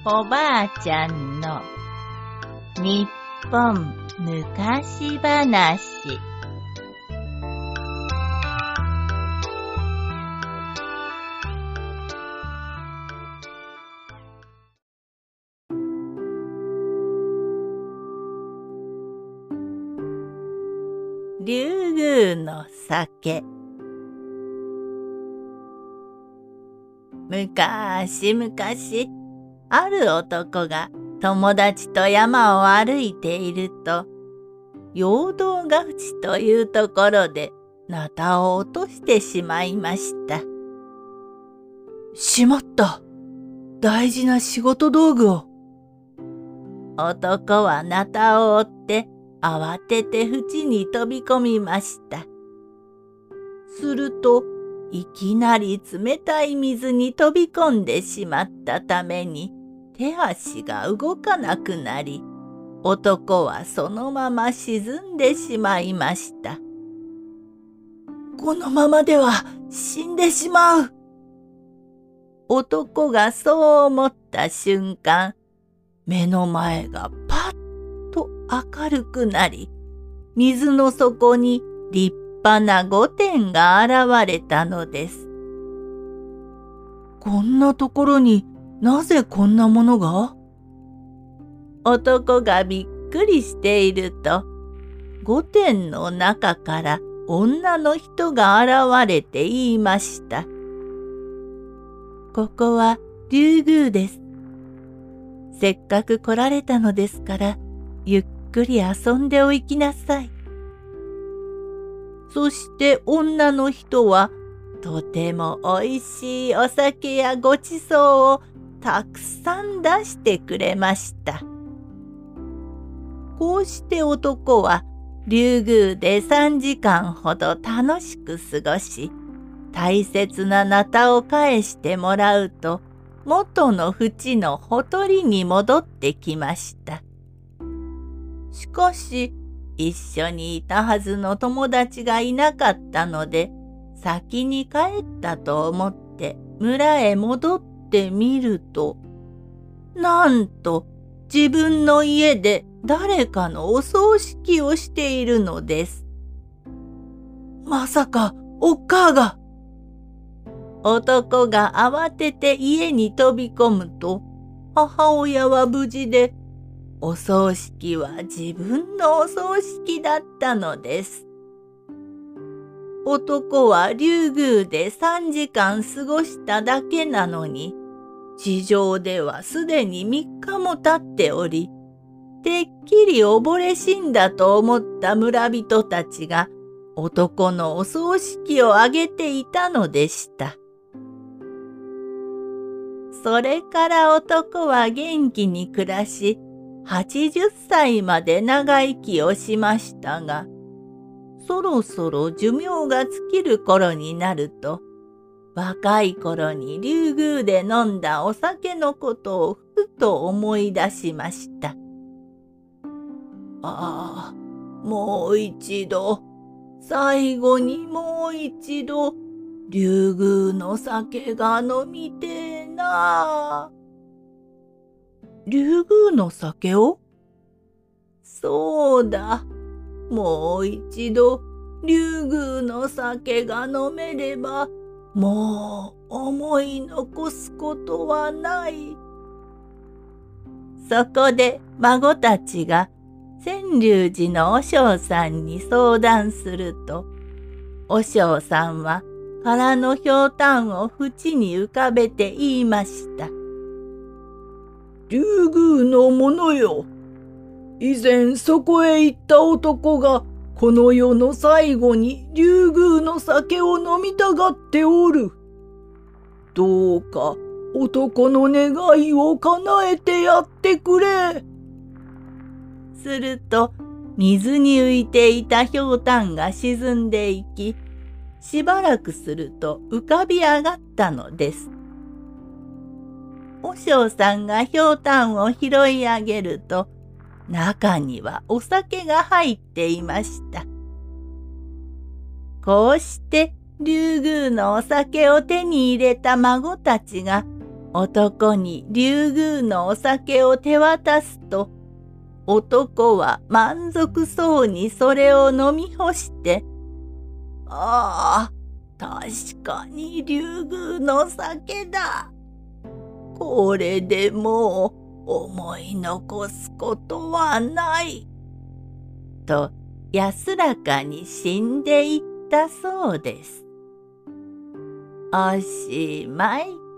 おばあちゃんの日本昔話。竜宮の酒。むかしむかし、ある男が友達と山を歩いていると、陽動ヶ淵というところでナタを落としてしまいました。 しまった。大事な仕事道具を。 男はナタを追って慌てて淵に飛び込みました。するといきなり冷たい水に飛び込んでしまったために手足が動かなくなり、男はそのまま沈んでしまいました。 このままでは死んでしまう。 男がそう思った瞬間、目の前がパッと明るくなり、水の底に立派な御殿が現れたのです。 こんなところになぜこんなものが？ 男がびっくりしていると、御殿の中から女の人が現れて言いました。ここは竜宮です。せっかく来られたのですから、ゆっくり遊んでおいきなさい。そして女の人は、とてもおいしいお酒やごちそうをたくさん出してくれました。こうして男は竜宮で3時間ほど楽しく過ごし、大切なナタを返してもらうと、元の淵のほとりに戻ってきました。しかし、一緒にいたはずの友達がいなかったので、先に帰ったと思って村へ戻ってみると、なんと自分の家で誰かのお葬式をしているのです。 まさかおっかあが。 男が慌てて家に飛び込むと、母親は無事で、お葬式は自分のお葬式だったのです。男は竜宮で3時間過ごしただけなのに、地上ではすでに3日も経っており、てっきり溺れ死んだと思った村人たちが男のお葬式を挙げていたのでした。それから男は元気に暮らし、80歳まで長生きをしましたが、そろそろ寿命が尽きる頃になると、若い頃に竜宮で飲んだお酒のことをふと思い出しました。ああ、もう一度、最後にもう一度、竜宮の酒が飲みてえなあ。 竜宮の酒を？ そうだ。もう一度竜宮の酒が飲めれば、もう思い残すことはない。そこで孫たちが川柳寺の和尚さんに相談すると、和尚さんは空のひょうたんを縁に浮かべて言いました。 竜宮の者よ。以前そこへ行った男がこの世の最後に竜宮の酒を飲みたがっておる。どうか男の願いを叶えてやってくれ。 すると水に浮いていたひょうたんが沈んでいき、しばらくすると浮かび上がったのです。和尚さんがひょうたんを拾い上げると、中にはお酒が入っていました。こうして竜宮のお酒を手に入れた孫たちが男に竜宮のお酒を手渡すと、男は満足そうにそれを飲み干して、ああ、確かに竜宮の酒だ。これでもう思い残すことはない。と安らかに死んでいったそうです。おしまい。